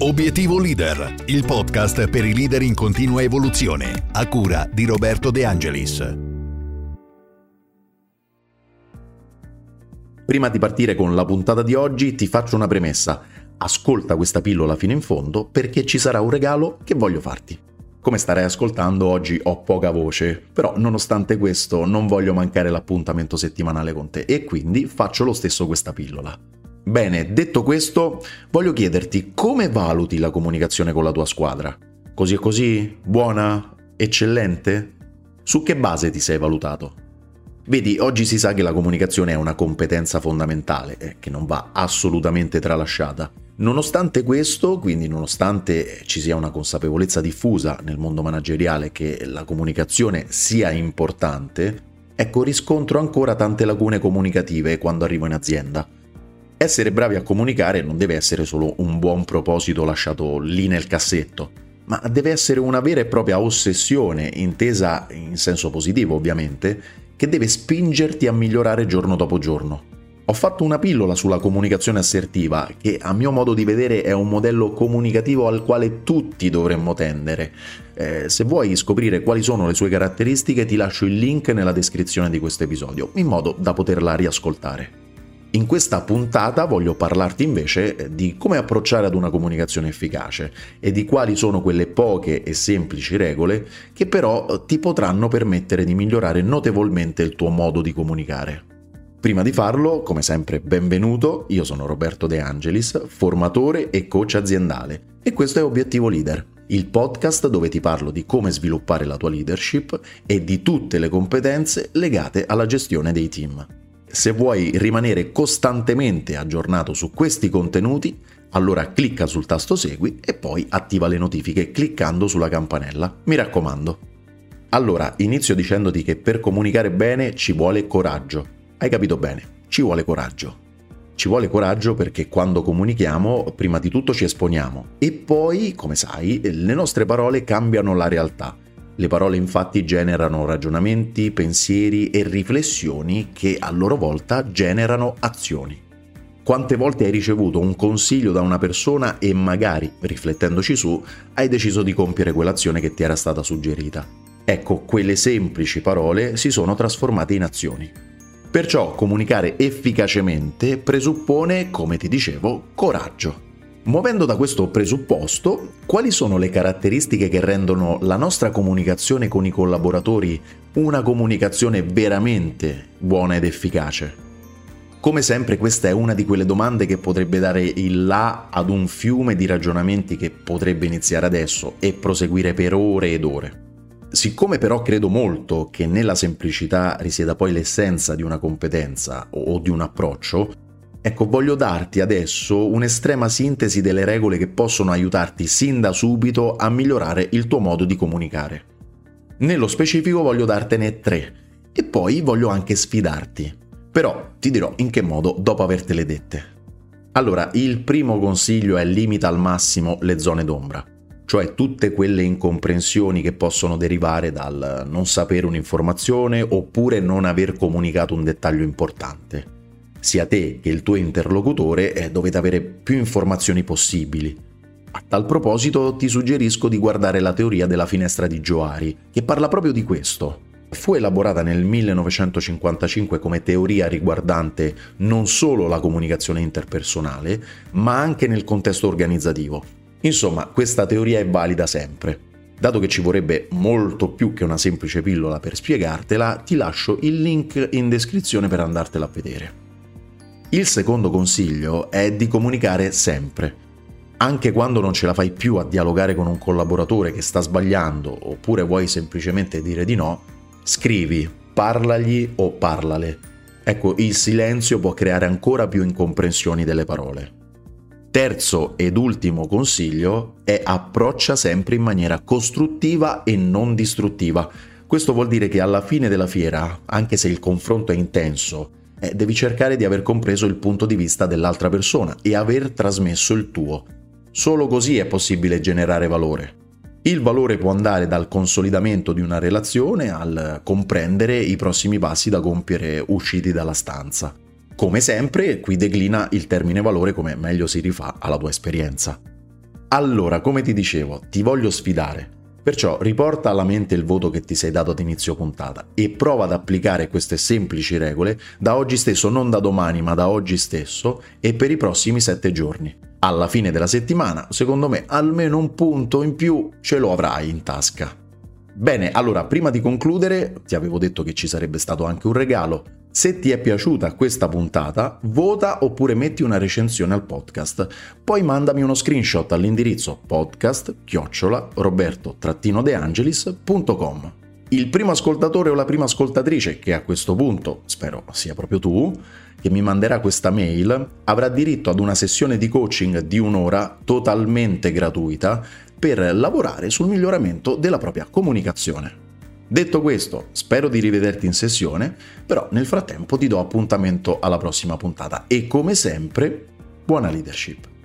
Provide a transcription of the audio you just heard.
Obiettivo Leader, il podcast per i leader in continua evoluzione, a cura di Roberto De Angelis. Prima di partire con la puntata di oggi ti faccio una premessa. Ascolta questa pillola fino in fondo perché ci sarà un regalo che voglio farti. Come starai ascoltando, oggi ho poca voce, però nonostante questo non voglio mancare l'appuntamento settimanale con te e quindi faccio lo stesso questa pillola. Bene, detto questo, voglio chiederti come valuti la comunicazione con la tua squadra? Così e così? Buona? Eccellente? Su che base ti sei valutato? Vedi, oggi si sa che la comunicazione è una competenza fondamentale, che non va assolutamente tralasciata. Nonostante questo, quindi nonostante ci sia una consapevolezza diffusa nel mondo manageriale che la comunicazione sia importante, riscontro ancora tante lacune comunicative quando arrivo in azienda. Essere bravi a comunicare non deve essere solo un buon proposito lasciato lì nel cassetto, ma deve essere una vera e propria ossessione, intesa in senso positivo ovviamente, che deve spingerti a migliorare giorno dopo giorno. Ho fatto una pillola sulla comunicazione assertiva, che a mio modo di vedere è un modello comunicativo al quale tutti dovremmo tendere. Se vuoi scoprire quali sono le sue caratteristiche, ti lascio il link nella descrizione di questo episodio, in modo da poterla riascoltare. In questa puntata voglio parlarti invece di come approcciare ad una comunicazione efficace e di quali sono quelle poche e semplici regole che però ti potranno permettere di migliorare notevolmente il tuo modo di comunicare. Prima di farlo, come sempre, benvenuto, io sono Roberto De Angelis, formatore e coach aziendale e questo è Obiettivo Leader, il podcast dove ti parlo di come sviluppare la tua leadership e di tutte le competenze legate alla gestione dei team. Se vuoi rimanere costantemente aggiornato su questi contenuti, allora clicca sul tasto segui e poi attiva le notifiche cliccando sulla campanella. Mi raccomando. Allora, inizio dicendoti che per comunicare bene ci vuole coraggio. Hai capito bene? Ci vuole coraggio. Ci vuole coraggio perché quando comunichiamo, prima di tutto ci esponiamo e poi, come sai, le nostre parole cambiano la realtà. Le parole infatti generano ragionamenti, pensieri e riflessioni che a loro volta generano azioni. Quante volte hai ricevuto un consiglio da una persona e magari, riflettendoci su, hai deciso di compiere quell'azione che ti era stata suggerita? Ecco, quelle semplici parole si sono trasformate in azioni. Perciò comunicare efficacemente presuppone, come ti dicevo, coraggio. Muovendo da questo presupposto, quali sono le caratteristiche che rendono la nostra comunicazione con i collaboratori una comunicazione veramente buona ed efficace? Come sempre questa è una di quelle domande che potrebbe dare il là ad un fiume di ragionamenti che potrebbe iniziare adesso e proseguire per ore ed ore. Siccome però credo molto che nella semplicità risieda poi l'essenza di una competenza o di un approccio, voglio darti adesso un'estrema sintesi delle regole che possono aiutarti sin da subito a migliorare il tuo modo di comunicare. Nello specifico voglio dartene 3 e poi voglio anche sfidarti, però ti dirò in che modo dopo avertele dette. Allora, il primo consiglio è limita al massimo le zone d'ombra, cioè tutte quelle incomprensioni che possono derivare dal non sapere un'informazione oppure non aver comunicato un dettaglio importante. Sia te che il tuo interlocutore dovete avere più informazioni possibili. A tal proposito ti suggerisco di guardare la teoria della finestra di Johari, che parla proprio di questo. Fu elaborata nel 1955 come teoria riguardante non solo la comunicazione interpersonale, ma anche nel contesto organizzativo. Insomma, questa teoria è valida sempre. Dato che ci vorrebbe molto più che una semplice pillola per spiegartela, ti lascio il link in descrizione per andartela a vedere. Il secondo consiglio è di comunicare sempre. Anche quando non ce la fai più a dialogare con un collaboratore che sta sbagliando oppure vuoi semplicemente dire di no, scrivi, parlagli o parlale. Il silenzio può creare ancora più incomprensioni delle parole. Terzo ed ultimo consiglio è approccia sempre in maniera costruttiva e non distruttiva. Questo vuol dire che alla fine della fiera, anche se il confronto è intenso, devi cercare di aver compreso il punto di vista dell'altra persona e aver trasmesso il tuo. Solo così è possibile generare valore. Il valore può andare dal consolidamento di una relazione al comprendere i prossimi passi da compiere usciti dalla stanza. Come sempre, qui declina il termine valore come meglio si rifà alla tua esperienza. Allora, come ti dicevo, ti voglio sfidare. Perciò riporta alla mente il voto che ti sei dato ad inizio puntata e prova ad applicare queste semplici regole da oggi stesso, non da domani, ma da oggi stesso e per i prossimi 7 giorni. Alla fine della settimana, secondo me, almeno un punto in più ce lo avrai in tasca. Bene, allora, prima di concludere, ti avevo detto che ci sarebbe stato anche un regalo. Se ti è piaciuta questa puntata, vota oppure metti una recensione al podcast. Poi mandami uno screenshot all'indirizzo podcast@roberto-deangelis.com. Il primo ascoltatore o la prima ascoltatrice, che a questo punto spero sia proprio tu, che mi manderà questa mail, avrà diritto ad una sessione di coaching di 1 ora totalmente gratuita per lavorare sul miglioramento della propria comunicazione. Detto questo, spero di rivederti in sessione, però nel frattempo ti do appuntamento alla prossima puntata e come sempre, buona leadership!